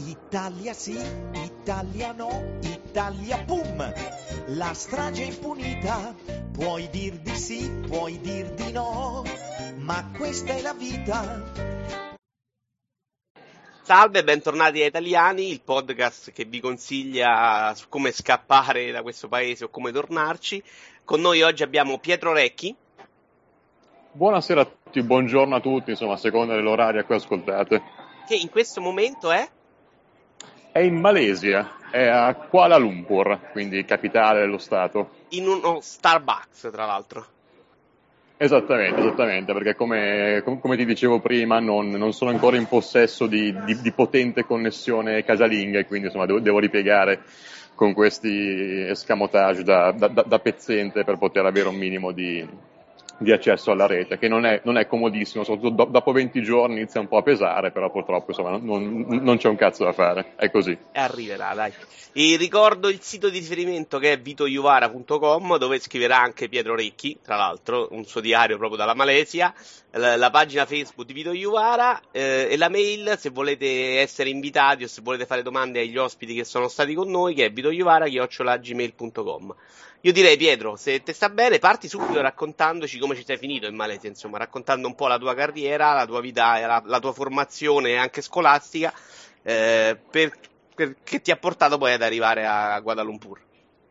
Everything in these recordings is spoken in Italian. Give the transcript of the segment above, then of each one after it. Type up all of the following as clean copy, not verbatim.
Italia sì, Italia no, Italia pum. La strage è impunita, puoi dir di sì, puoi dir di no, ma questa è la vita. Salve e bentornati a Italiani, il podcast che vi consiglia su come scappare da questo paese o come tornarci. Con noi oggi abbiamo Pietro Recchi. Buonasera a tutti, buongiorno a tutti, insomma, a seconda dell'orario a cui ascoltate. Che in questo momento è È in Malesia, è a Kuala Lumpur, quindi capitale dello stato. in uno Starbucks, tra l'altro. Esattamente, perché come ti dicevo prima non sono ancora in possesso di potente connessione casalinga e quindi insomma devo ripiegare con questi escamotage da pezzente per poter avere un minimo di accesso alla rete, che non è comodissimo, soprattutto dopo 20 giorni inizia un po' a pesare, però purtroppo insomma non c'è un cazzo da fare, è così. E arriverà, dai. E ricordo il sito di riferimento che è vitoiuvara.com, dove scriverà anche Pietro Recchi, tra l'altro, un suo diario proprio dalla Malesia, la pagina Facebook di Vito Iuvara e la mail se volete essere invitati o se volete fare domande agli ospiti che sono stati con noi, che è vitoiuvara@gmail.com. Io direi, Pietro, se te sta bene, parti subito raccontandoci come ci sei finito in Malesia, insomma, raccontando un po' la tua carriera, la tua vita, la tua formazione anche scolastica, che ti ha portato poi ad arrivare a Kuala Lumpur.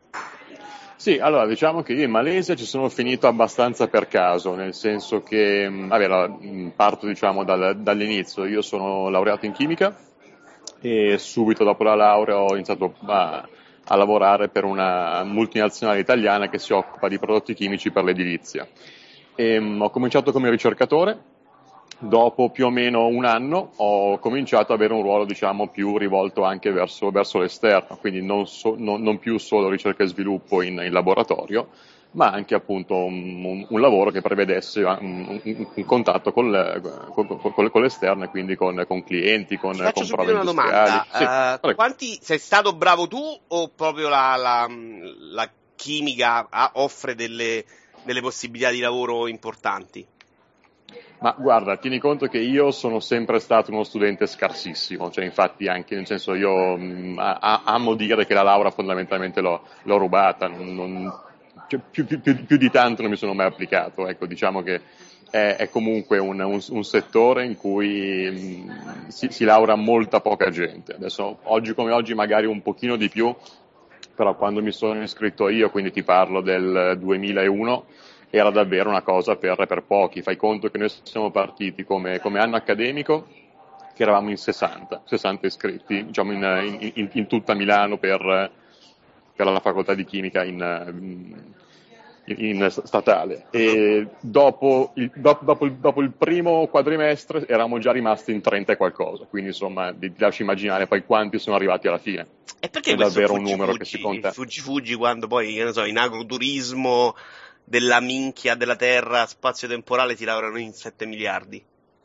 Sì, allora diciamo che io in Malesia ci sono finito abbastanza per caso, nel senso che, parto diciamo dall'inizio, io sono laureato in chimica e subito dopo la laurea ho iniziato a lavorare per una multinazionale italiana che si occupa di prodotti chimici per l'edilizia. Ho cominciato come ricercatore, dopo più o meno un anno ho cominciato ad avere un ruolo diciamo più rivolto anche verso l'esterno, quindi non più solo ricerca e sviluppo in laboratorio, ma anche appunto un lavoro che prevedesse un contatto con l'esterno e quindi con clienti, con Faccio subito prove una industriali. domanda. Sì, Quanti sei stato bravo tu o proprio la chimica offre delle possibilità di lavoro importanti? ma guarda, tieni conto che io sono sempre stato uno studente scarsissimo, cioè infatti anche nel senso io amo dire che la laurea fondamentalmente l'ho rubata, cioè, più di tanto non mi sono mai applicato, ecco, diciamo che è comunque un settore in cui si laurea molta poca gente. Adesso, oggi come oggi magari un pochino di più, però quando mi sono iscritto io, quindi ti parlo del 2001, era davvero una cosa per pochi. Fai conto che noi siamo partiti come anno accademico, che eravamo in 60 iscritti, diciamo in tutta Milano per la facoltà di chimica in statale. E dopo il primo quadrimestre eravamo già rimasti in 30 e qualcosa, quindi insomma ti lascio immaginare poi quanti sono arrivati alla fine. E perché È questo davvero un numero che si conta. fuggi quando poi, che ne so, in agroturismo della minchia della terra spazio-temporale si lavorano in 7 miliardi?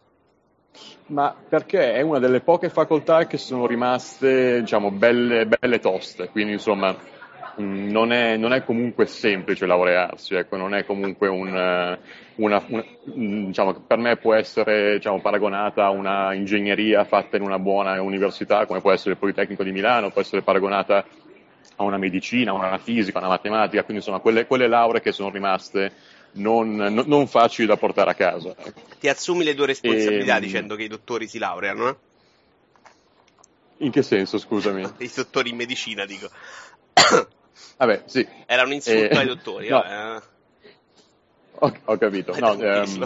Ma perché è una delle poche facoltà che sono rimaste, diciamo, belle toste, quindi insomma non è comunque semplice laurearsi, ecco, non è comunque diciamo, per me può essere, diciamo, paragonata a una ingegneria fatta in una buona università, come può essere il Politecnico di Milano, può essere paragonata a una medicina, a una fisica, a una matematica, quindi insomma quelle lauree che sono rimaste non facili da portare a casa. Ti assumi le tue responsabilità dicendo che i dottori si laureano, eh? In che senso, scusami? I dottori in medicina, dico. Vabbè, sì. Era un insulto ai dottori, no. vabbè. Ho capito. No,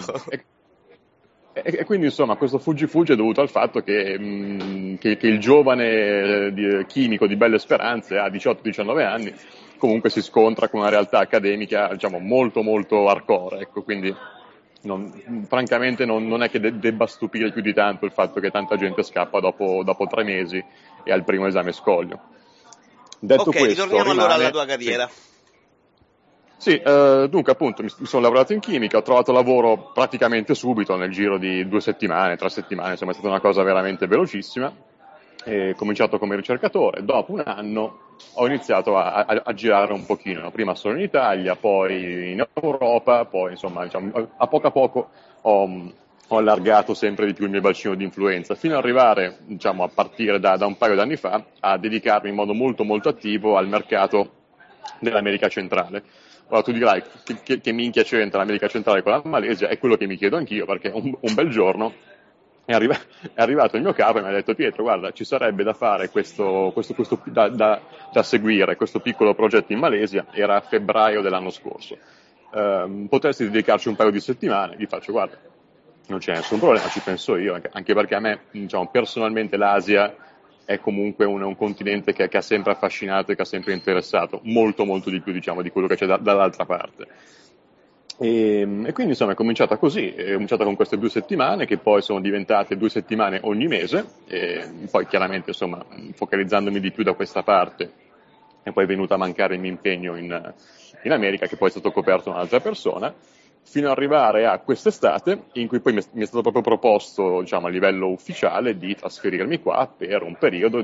e quindi insomma questo fuggi è dovuto al fatto che il giovane chimico di belle speranze a 18-19 anni comunque si scontra con una realtà accademica, diciamo, molto molto hardcore, ecco, quindi francamente non è che debba stupire più di tanto il fatto che tanta gente scappa dopo 3 mesi e al primo esame scoglio. Detto questo, ritorniamo allora alla tua carriera. Sì, dunque appunto mi sono lavorato in chimica, ho trovato lavoro praticamente subito, nel giro di 2 settimane, 3 settimane, insomma è stata una cosa veramente velocissima. Ho cominciato come ricercatore, dopo un anno ho iniziato a girare un pochino, prima solo in Italia, poi in Europa, poi insomma diciamo, a poco ho ho allargato sempre di più il mio bacino di influenza, fino ad arrivare, diciamo, a partire da un paio d'anni fa, a dedicarmi in modo molto molto attivo al mercato dell'America centrale. Ora tu dirai che minchia c'entra l'America centrale con la Malesia, è quello che mi chiedo anch'io, perché un bel giorno è arrivato il mio capo e mi ha detto: Pietro, guarda, ci sarebbe da fare da seguire questo piccolo progetto in Malesia. Era a febbraio dell'anno scorso. Potresti dedicarci un paio di settimane? Gli faccio: guarda, non c'è nessun problema, ci penso io, anche perché a me, diciamo, personalmente l'Asia è comunque un continente che ha sempre affascinato e che ha sempre interessato, molto molto di più, diciamo, di quello che c'è dall'altra parte. E quindi insomma è cominciata così, è cominciata con queste 2 settimane che poi sono diventate 2 settimane ogni mese, e poi chiaramente insomma focalizzandomi di più da questa parte è poi venuto a mancare il mio impegno in America, che poi è stato coperto da un'altra persona, fino ad arrivare a quest'estate in cui poi mi è stato proprio proposto, diciamo, a livello ufficiale di trasferirmi qua per un periodo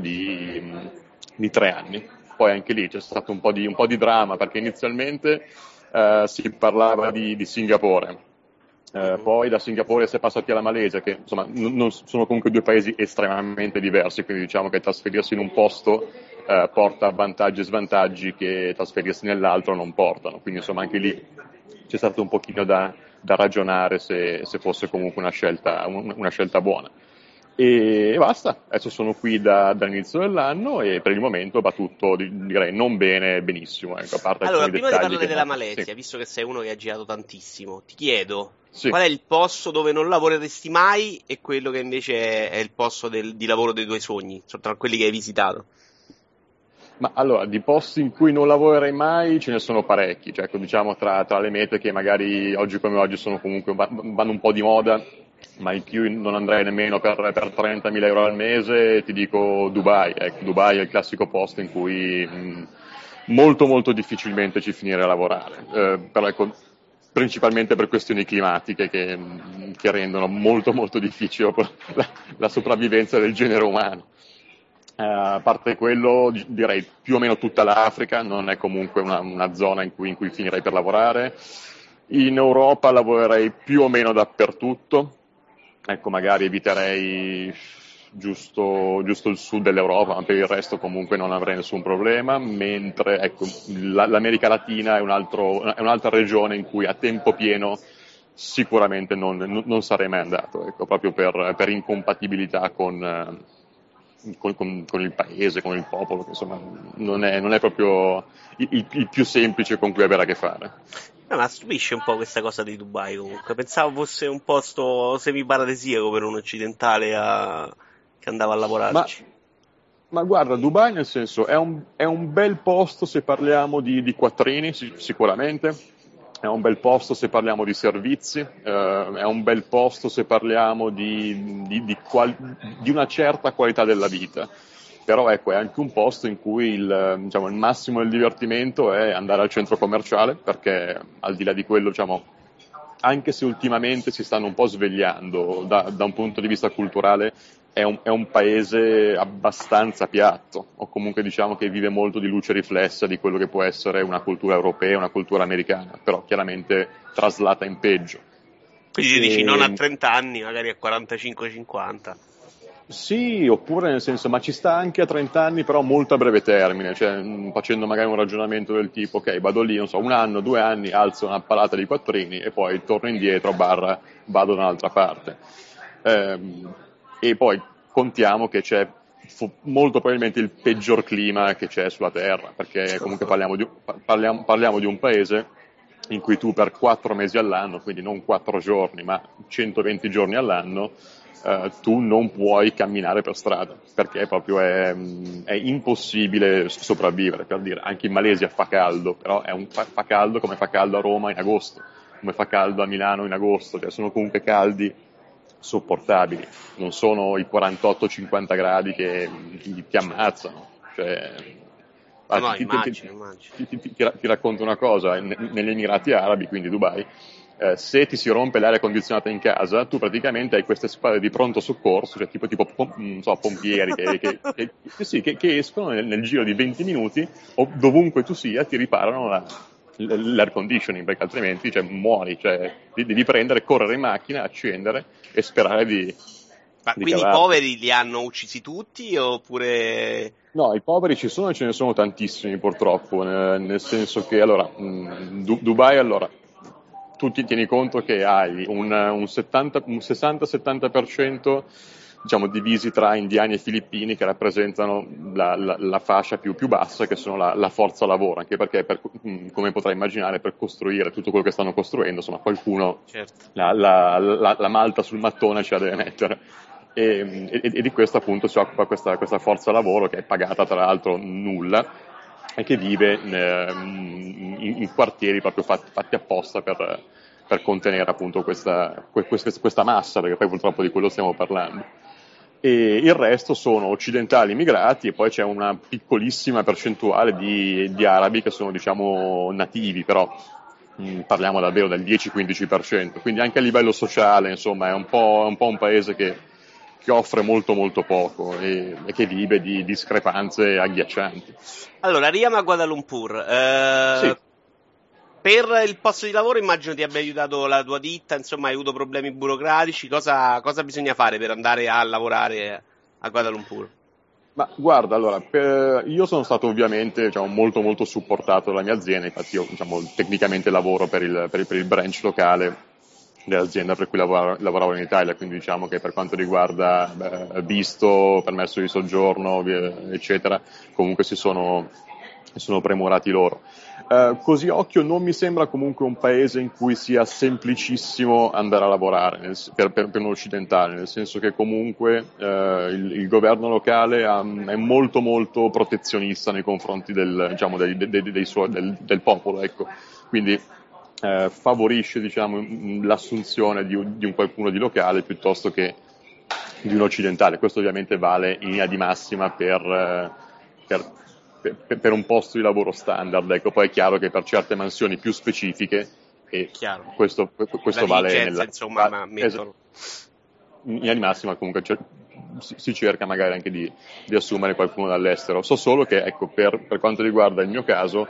di 3 anni. Poi anche lì c'è stato un po' di dramma, perché inizialmente si parlava di Singapore, poi da Singapore si è passati alla Malesia, che insomma non sono comunque 2 paesi estremamente diversi, quindi diciamo che trasferirsi in un posto porta vantaggi e svantaggi che trasferirsi nell'altro non portano, quindi insomma anche lì c'è stato un pochino da ragionare se fosse comunque una scelta buona. E basta, adesso sono qui dall'inizio dell'anno e per il momento va tutto, direi, non bene, benissimo, ecco, a parte Allora, alcuni prima di dettagli parlare della sì, Malesia, visto che sei uno che ha girato tantissimo, ti chiedo sì. qual è il posto dove non lavoreresti mai e quello che invece è il posto di lavoro dei tuoi sogni, cioè tra quelli che hai visitato. Ma allora, di posti in cui non lavorerei mai ce ne sono parecchi, cioè ecco, diciamo tra le mete che magari oggi come oggi sono comunque, vanno un po' di moda, ma in più non andrei nemmeno per 30.000 euro al mese, ti dico Dubai. Ecco, Dubai è il classico posto in cui molto molto difficilmente ci finire a lavorare, però ecco, principalmente per questioni climatiche che rendono molto molto difficile la sopravvivenza del genere umano. A parte quello, direi più o meno tutta l'Africa, non è comunque una zona in cui finirei per lavorare. In Europa lavorerei più o meno dappertutto, ecco, magari eviterei giusto il sud dell'Europa, ma per il resto comunque non avrei nessun problema, mentre ecco, l'America Latina è un'altra regione in cui a tempo pieno sicuramente non sarei mai andato, ecco, proprio per incompatibilità con il paese, con il popolo, che insomma non è proprio il più semplice con cui avere a che fare. Ma stupisce un po' questa cosa di Dubai comunque. Pensavo fosse un posto semi-paradisiaco per un occidentale che andava a lavorarci. Ma guarda, Dubai nel senso è un bel posto se parliamo di quattrini, sicuramente, è un bel posto se parliamo di servizi, è un bel posto se parliamo di una certa qualità della vita. Però ecco, è anche un posto in cui diciamo, il massimo del divertimento è andare al centro commerciale, perché al di là di quello, diciamo, anche se ultimamente si stanno un po' svegliando da un punto di vista culturale, è un paese abbastanza piatto, o comunque diciamo che vive molto di luce riflessa di quello che può essere una cultura europea, una cultura americana, però chiaramente traslata in peggio. Quindi dici non a 30 anni, magari a 45-50. Sì, oppure nel senso, ma ci sta anche a 30 anni, però molto a breve termine, cioè facendo magari un ragionamento del tipo, ok, vado lì, non so, 1 anno, 2 anni, alzo una palata di quattrini e poi torno indietro, vado da un'altra parte. E poi contiamo che c'è molto probabilmente il peggior clima che c'è sulla Terra, perché comunque parliamo di un paese in cui tu per 4 mesi all'anno, quindi non 4 giorni, ma 120 giorni all'anno, tu non puoi camminare per strada, perché proprio è impossibile sopravvivere. Per dire, anche in Malesia fa caldo, però fa caldo come fa caldo a Roma in agosto, come fa caldo a Milano in agosto, cioè sono comunque caldi sopportabili, non sono i 48-50 gradi che ti ammazzano. Cioè, No, immagino. Ti racconto una cosa, negli Emirati Arabi, quindi Dubai, se ti si rompe l'aria condizionata in casa, tu praticamente hai queste squadre di pronto soccorso, cioè tipo non so, pompieri che escono nel giro di 20 minuti, o dovunque tu sia, ti riparano l'air conditioning, perché altrimenti muori, devi prendere, correre in macchina, accendere e sperare Ma di quindi i cavarti. poveri li hanno uccisi tutti oppure... No, i poveri ci sono e ce ne sono tantissimi purtroppo, nel senso che allora, Dubai allora, tu ti tieni conto che hai un 60-70% diciamo divisi tra indiani e filippini che rappresentano la fascia più bassa, che sono la forza lavoro, anche perché come potrai immaginare per costruire tutto quello che stanno costruendo, insomma qualcuno Certo. la malta sul mattone ce la deve mettere. E di questo appunto si occupa questa forza lavoro che è pagata tra l'altro nulla e che vive in quartieri proprio fatti apposta per contenere appunto questa massa, perché poi purtroppo di quello stiamo parlando. E il resto sono occidentali immigrati e poi c'è una piccolissima percentuale di arabi che sono diciamo nativi, però parliamo davvero del 10-15%, quindi anche a livello sociale insomma è un po' un paese che offre molto molto poco e che vive di discrepanze agghiaccianti. Allora, arriviamo a Kuala Lumpur. Sì. Per il posto di lavoro immagino ti abbia aiutato la tua ditta, insomma, hai avuto problemi burocratici. Cosa bisogna fare per andare a lavorare a Kuala Lumpur? Ma guarda, allora, io sono stato ovviamente molto molto supportato dalla mia azienda, infatti io tecnicamente lavoro per il branch locale dell'azienda per cui lavoravo in Italia, quindi diciamo che per quanto riguarda visto, permesso di soggiorno, eccetera, comunque si sono premurati loro. Così a occhio non mi sembra comunque un paese in cui sia semplicissimo andare a lavorare per un occidentale, nel senso che comunque il governo locale è molto molto protezionista nei confronti del popolo, ecco. Quindi favorisce l'assunzione di un qualcuno di locale piuttosto che di un occidentale. Questo ovviamente vale in linea di massima per un posto di lavoro standard, ecco. Poi è chiaro che per certe mansioni più specifiche, e Chiaro. questo La vale dirigenza, insomma, ma mettono. in linea di massima comunque si cerca magari anche di assumere qualcuno dall'estero. So solo che, ecco, per quanto riguarda il mio caso,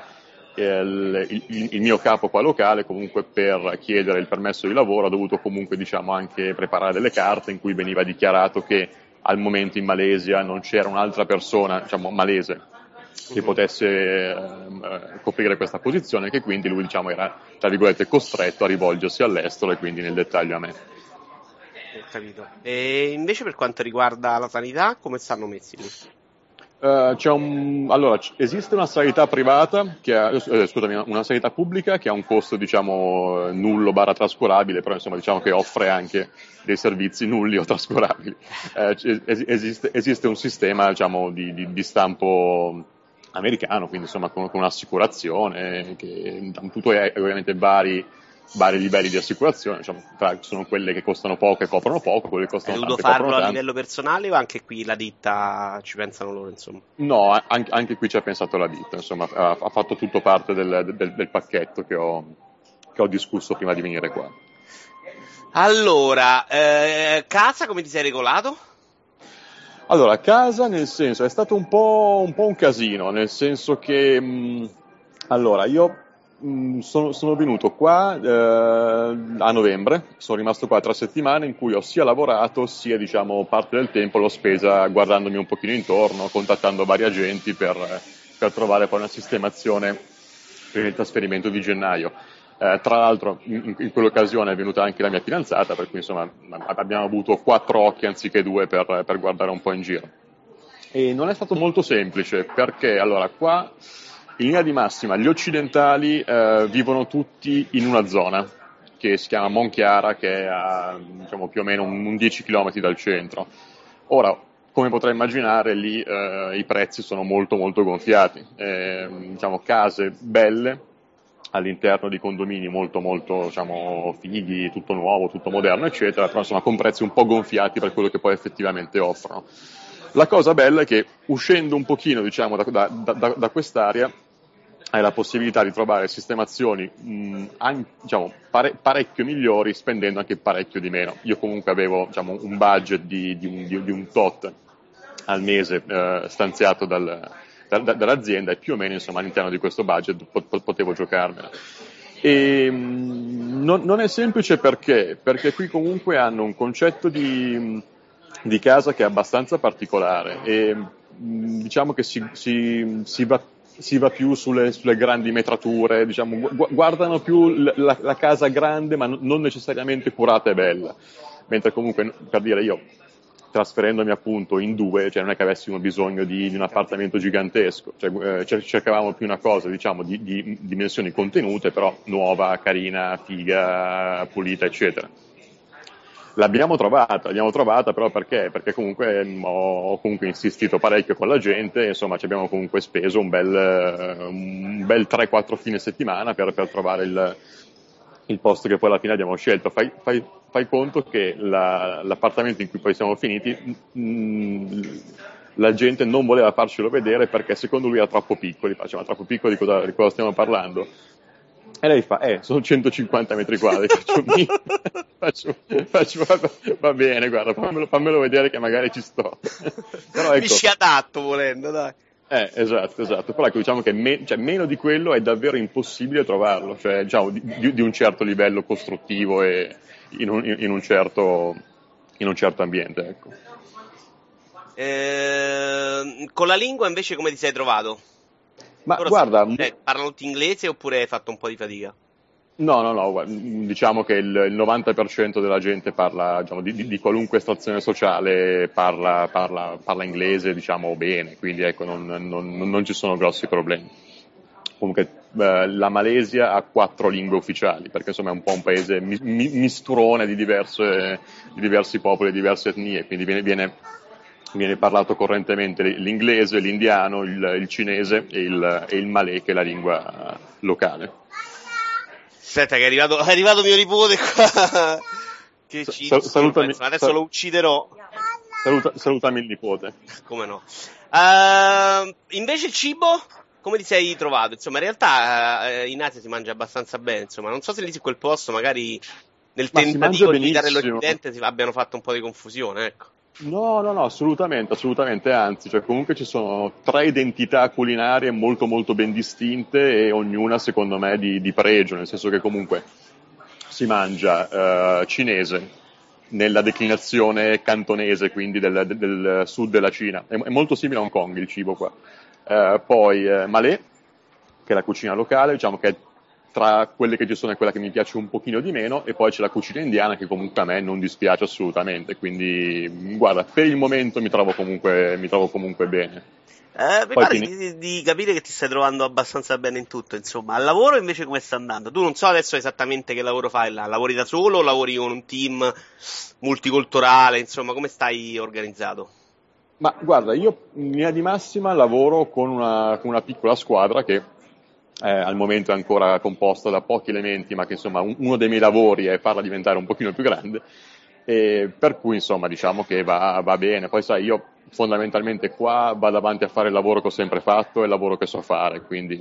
il mio capo qua locale comunque per chiedere il permesso di lavoro ha dovuto comunque anche preparare delle carte in cui veniva dichiarato che al momento in Malesia non c'era un'altra persona, malese, che potesse coprire questa posizione, che quindi lui era tra virgolette costretto a rivolgersi all'estero e quindi nel dettaglio a me. Ho capito. E invece per quanto riguarda la sanità, come stanno messi lì? Allora, esiste una sanità privata una sanità pubblica che ha un costo nullo / trascurabile, però insomma che offre anche dei servizi nulli o trascurabili. Esiste un sistema di stampo americano, quindi insomma con un'assicurazione che tutto è ovviamente vari livelli di assicurazione, sono quelle che costano poco e coprono poco, quelle che costano Hai tanto dovuto e farlo coprono a tanto. livello personale o anche qui la ditta ci pensano loro, insomma? No, anche qui ci ha pensato la ditta, insomma, ha fatto tutto parte del pacchetto che ho discusso prima di venire qua. Allora, casa come ti sei regolato? Allora, casa nel senso, è stato un po' un casino, nel senso che, allora, io sono venuto qua a novembre, sono rimasto qua 3 settimane in cui ho sia lavorato sia parte del tempo l'ho spesa guardandomi un pochino intorno, contattando vari agenti per trovare poi una sistemazione per il trasferimento di gennaio. Tra l'altro in quell'occasione è venuta anche la mia fidanzata, per cui insomma abbiamo avuto 4 occhi anziché 2 per guardare un po' in giro. E non è stato molto semplice perché allora qua in linea di massima gli occidentali vivono tutti in una zona che si chiama Monchiara, che è a più o meno un 10 km dal centro. Ora, come potrai immaginare, lì i prezzi sono molto molto gonfiati. Case belle all'interno di condomini molto molto fighi, tutto nuovo, tutto moderno, eccetera, però insomma con prezzi un po' gonfiati per quello che poi effettivamente offrono. La cosa bella è che uscendo un pochino da quest'area hai la possibilità di trovare sistemazioni parecchio migliori spendendo anche parecchio di meno. Io comunque avevo un budget di un tot al mese stanziato dall'azienda, e più o meno insomma all'interno di questo budget potevo giocarmela. E non è semplice perché qui comunque hanno un concetto di casa che è abbastanza particolare, e diciamo che si va più sulle grandi metrature, diciamo, guardano più la casa grande, ma non necessariamente curata e bella. Mentre comunque, per dire, io trasferendomi appunto in due, cioè non è che avessimo bisogno di un appartamento gigantesco, cioè, cercavamo più una cosa, diciamo, di dimensioni contenute, però nuova, carina, figa, pulita, eccetera. L'abbiamo trovata però perché comunque ho comunque insistito parecchio con la gente, insomma ci abbiamo comunque speso un bel 3-4 fine settimana per trovare il posto che poi alla fine abbiamo scelto. Fai conto che l'appartamento in cui poi siamo finiti, la gente non voleva farcelo vedere perché secondo lui era troppo piccolo. Faccio, ma troppo piccolo di cosa stiamo parlando? E lei fa, sono 150 metri quadri. Faccio, va bene, guarda, fammelo vedere che magari ci sto. Però, ecco, Mi ci adatto volendo, dai. Esatto. Però ecco, diciamo che meno di quello è davvero impossibile trovarlo, cioè diciamo di un certo livello costruttivo e in un certo ambiente, ecco. Con la lingua invece come ti sei trovato? Ma Loro guarda, parlano tutti inglese oppure hai fatto un po' di fatica? no, diciamo che il 90% della gente parla, diciamo, di qualunque estrazione sociale parla inglese, diciamo, bene, quindi ecco, non ci sono grossi problemi. Comunque la Malesia ha 4 lingue ufficiali, perché insomma è un po' un paese misturone di diversi popoli, diverse etnie, quindi viene parlato correntemente l'inglese, l'indiano, il cinese e il malè, che è la lingua locale. Aspetta che è arrivato mio nipote qua. Che Salutami, adesso lo ucciderò. Salutami il nipote. Come no? Invece il cibo? Come ti sei trovato? Insomma, in realtà in Asia si mangia abbastanza bene, insomma, non so se lì su quel posto magari nel tentativo di imitare l'Occidente abbiano fatto un po' di confusione, ecco. No, assolutamente, anzi, cioè comunque ci sono 3 identità culinarie molto molto ben distinte, e ognuna secondo me di pregio, nel senso che comunque si mangia cinese nella declinazione cantonese, quindi del sud della Cina, è molto simile a Hong Kong il cibo qua. Poi malè, che è la cucina locale, diciamo che è tra quelle che ci sono è quella che mi piace un pochino di meno, e poi c'è la cucina indiana che comunque a me non dispiace assolutamente, quindi guarda, per il momento mi trovo comunque bene. Mi pare di capire che ti stai trovando abbastanza bene in tutto, insomma. Al lavoro invece come sta andando? Tu non so adesso esattamente che lavoro fai là, lavori da solo o lavori con un team multiculturale, insomma, come stai organizzato? Ma guarda, io in linea di massima lavoro con una piccola squadra che al momento è ancora composta da pochi elementi, ma che insomma uno dei miei lavori è farla diventare un pochino più grande, e per cui insomma diciamo che va bene. Poi sai, io fondamentalmente qua vado avanti a fare il lavoro che ho sempre fatto e il lavoro che so fare, quindi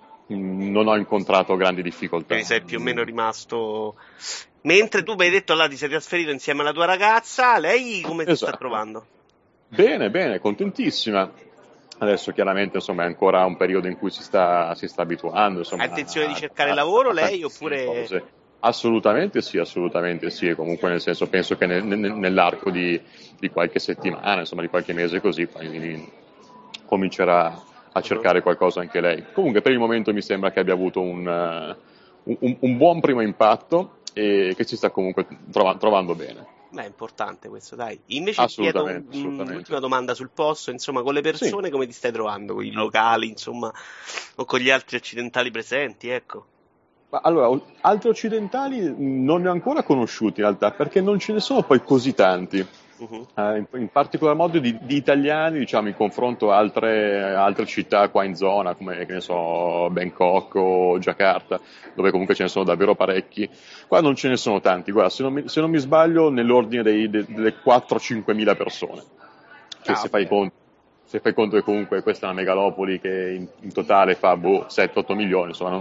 non ho incontrato grandi difficoltà. Quindi sei più o meno rimasto... Mentre tu mi hai detto là ti sei trasferito insieme alla tua ragazza, lei come ti sta trovando? Bene, contentissima. Adesso chiaramente insomma è ancora un periodo in cui si sta abituando. Insomma, ha intenzione di cercare lavoro lei oppure... Cose. Assolutamente sì, e comunque nel senso penso che nell'arco di qualche settimana, insomma di qualche mese così, poi comincerà a cercare qualcosa anche lei. Comunque per il momento mi sembra che abbia avuto un buon primo impatto e che si sta comunque trovando bene. Beh, è importante questo, dai. Invece ti chiedo un'ultima domanda sul posto, insomma, con le persone come ti stai trovando? Con i locali, insomma, o con gli altri occidentali presenti, ecco. Allora, altri occidentali non ne ho ancora conosciuti in realtà, perché non ce ne sono poi così tanti. In particolar modo di italiani, diciamo, in confronto a altre città qua in zona, come che ne so, Bangkok o Jakarta, dove comunque ce ne sono davvero parecchi. Qua non ce ne sono tanti, guarda, se non mi sbaglio, nell'ordine delle 4-5 mila persone. Che se fai conto che comunque questa è una megalopoli che in totale fa 7-8 milioni, insomma,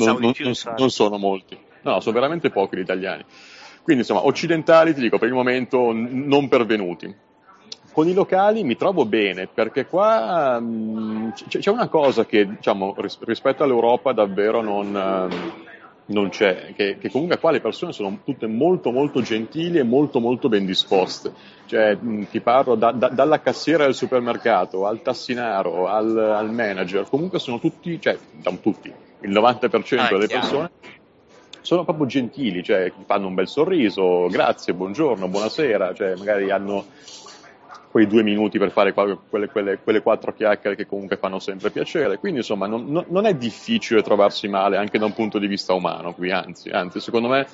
non sono molti. No, sono veramente pochi gli italiani. Quindi insomma, occidentali, ti dico, per il momento non pervenuti. con i locali mi trovo bene, perché qua c'è una cosa che, diciamo, rispetto all'Europa davvero non c'è, che comunque qua le persone sono tutte molto molto gentili e molto molto ben disposte. Cioè, ti parlo dalla cassiera del supermercato al tassinaro al manager, comunque sono tutti, cioè, tutti, il 90% delle persone sono proprio gentili, cioè ti fanno un bel sorriso, grazie, buongiorno, buonasera, cioè magari hanno quei 2 minuti per fare quelle 4 chiacchiere che comunque fanno sempre piacere, quindi insomma non è difficile trovarsi male anche da un punto di vista umano qui, anzi secondo me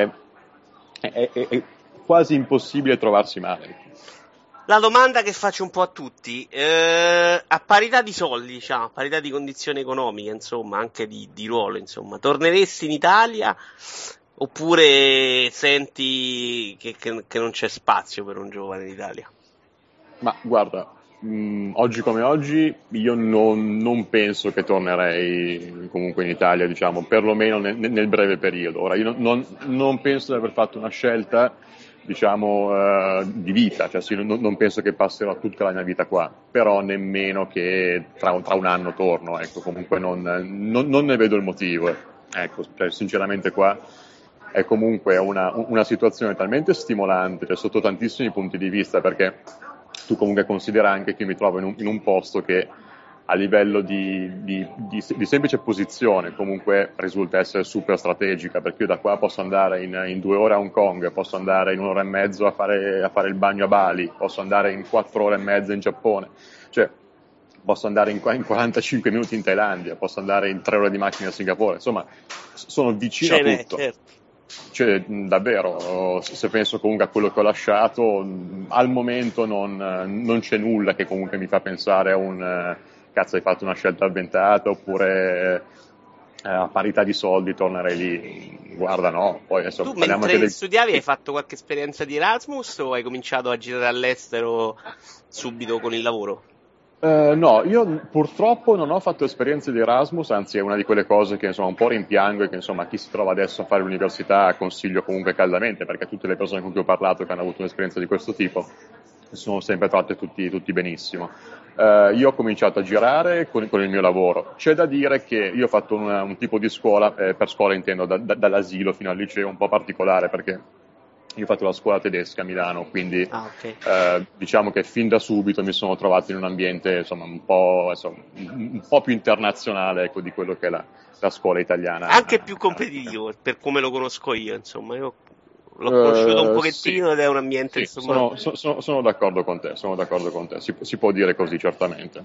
è quasi impossibile trovarsi male. La domanda che faccio un po' a tutti, a parità di soldi, diciamo, a parità di condizioni economiche, insomma, anche di ruolo, insomma, torneresti in Italia oppure senti che non c'è spazio per un giovane in Italia? Ma guarda, oggi come oggi io non penso che tornerei comunque in Italia, diciamo, perlomeno nel breve periodo. Ora, io non penso di aver fatto una scelta, diciamo, di vita, cioè sì, non penso che passerò tutta la mia vita qua, però nemmeno che tra un anno torno, ecco, comunque non ne vedo il motivo, ecco, cioè, sinceramente qua è comunque una situazione talmente stimolante, cioè, sotto tantissimi punti di vista, perché tu comunque considera anche che mi trovo in un posto che a livello di semplice posizione comunque risulta essere super strategica, perché io da qua posso andare in 2 ore a Hong Kong, posso andare in 1 ora e mezzo a fare il bagno a Bali, posso andare in 4 ore e mezza in Giappone, cioè posso andare in 45 minuti in Thailandia, posso andare in 3 ore di macchina a Singapore, insomma sono vicino a tutto. Certo. Cioè, davvero, se penso comunque a quello che ho lasciato, al momento non c'è nulla che comunque mi fa pensare a cazzo, hai fatto una scelta avventata, oppure a parità di soldi tornerei lì. Guarda, no. Poi adesso Tu parliamo mentre anche studiavi hai fatto qualche esperienza di Erasmus o hai cominciato a girare all'estero subito con il lavoro? No, io purtroppo non ho fatto esperienze di Erasmus, anzi è una di quelle cose che insomma un po' rimpiango e che insomma chi si trova adesso a fare l'università consiglio comunque caldamente, perché tutte le persone con cui ho parlato che hanno avuto un'esperienza di questo tipo sono sempre tratte tutti benissimo. Io ho cominciato a girare con il mio lavoro. C'è da dire che io ho fatto un tipo di scuola, per scuola intendo dall'asilo fino al liceo, un po' particolare, perché io ho fatto la scuola tedesca a Milano, quindi Okay. diciamo che fin da subito mi sono trovato in un ambiente insomma un po' più internazionale, ecco, di quello che è la scuola italiana. Anche più competitivo, per come lo conosco io, insomma. Io l'ho conosciuto un pochettino Sì, ed è un ambiente, sì, insomma. sono d'accordo con te, si può dire così certamente.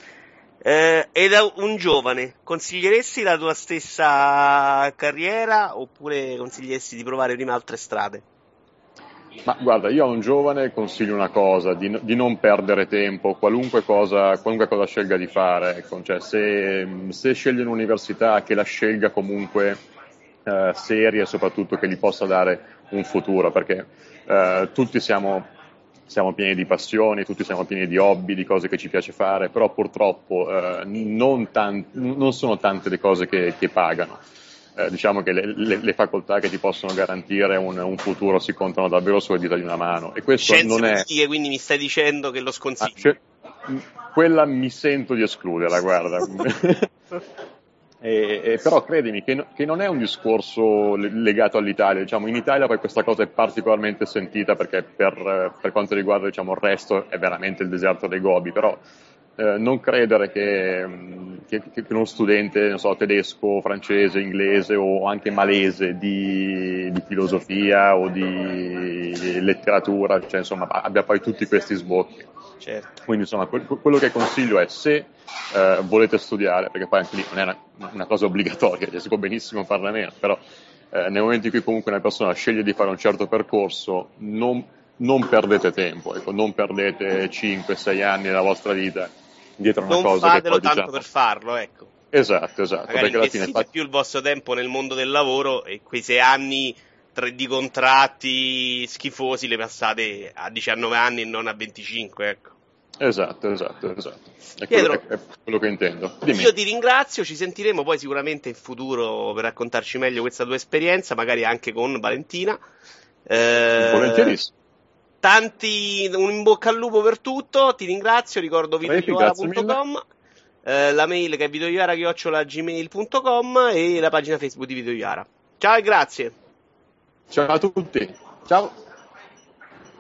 E da un giovane, consiglieresti la tua stessa carriera oppure consiglieresti di provare prima altre strade? Ma guarda, io a un giovane consiglio una cosa, di non perdere tempo, qualunque cosa scelga di fare, ecco, cioè se sceglie un'università che la scelga comunque seria e soprattutto che gli possa dare un futuro, perché tutti siamo pieni di passioni, tutti siamo pieni di hobby, di cose che ci piace fare, però purtroppo non sono tante le cose che pagano. Diciamo che le facoltà che ti possono garantire un futuro si contano davvero sulle dita di una mano, e questo Scienze non è... politiche, quindi mi stai dicendo che lo sconsigli? Quella mi sento di escluderla, guarda. Però credimi che non è un discorso legato all'Italia, diciamo, in Italia poi questa cosa è particolarmente sentita perché per quanto riguarda, diciamo, il resto è veramente il deserto dei Gobi, però non credere che uno studente, non so, tedesco, francese, inglese o anche malese di filosofia o di letteratura, cioè insomma abbia poi tutti questi sbocchi. Certo. Quindi insomma quello che consiglio è, se volete studiare, perché poi anche lì non è una cosa obbligatoria, cioè si può benissimo farne a meno, però nel momento in cui comunque una persona sceglie di fare un certo percorso, non perdete tempo, ecco, non perdete 5-6 anni della vostra vita dietro a una Non cosa che fatelo poi, tanto diciamo... per farlo, ecco. Esatto, Magari perché alla fine... investite più il vostro tempo nel mondo del lavoro e quei 6 anni di contratti schifosi le passate a 19 anni e non a 25, ecco. Esatto. Pietro, È quello che intendo. Dimmi. io ti ringrazio, ci sentiremo poi sicuramente in futuro per raccontarci meglio questa tua esperienza, magari anche con Valentina. Volentierissimo. un in bocca al lupo per tutto, ti ringrazio, ricordo videoiuvara.com, la mail che è videoiuvara@gmail.com e la pagina Facebook di Vito Iuvara. Ciao e grazie. Ciao a tutti. Ciao.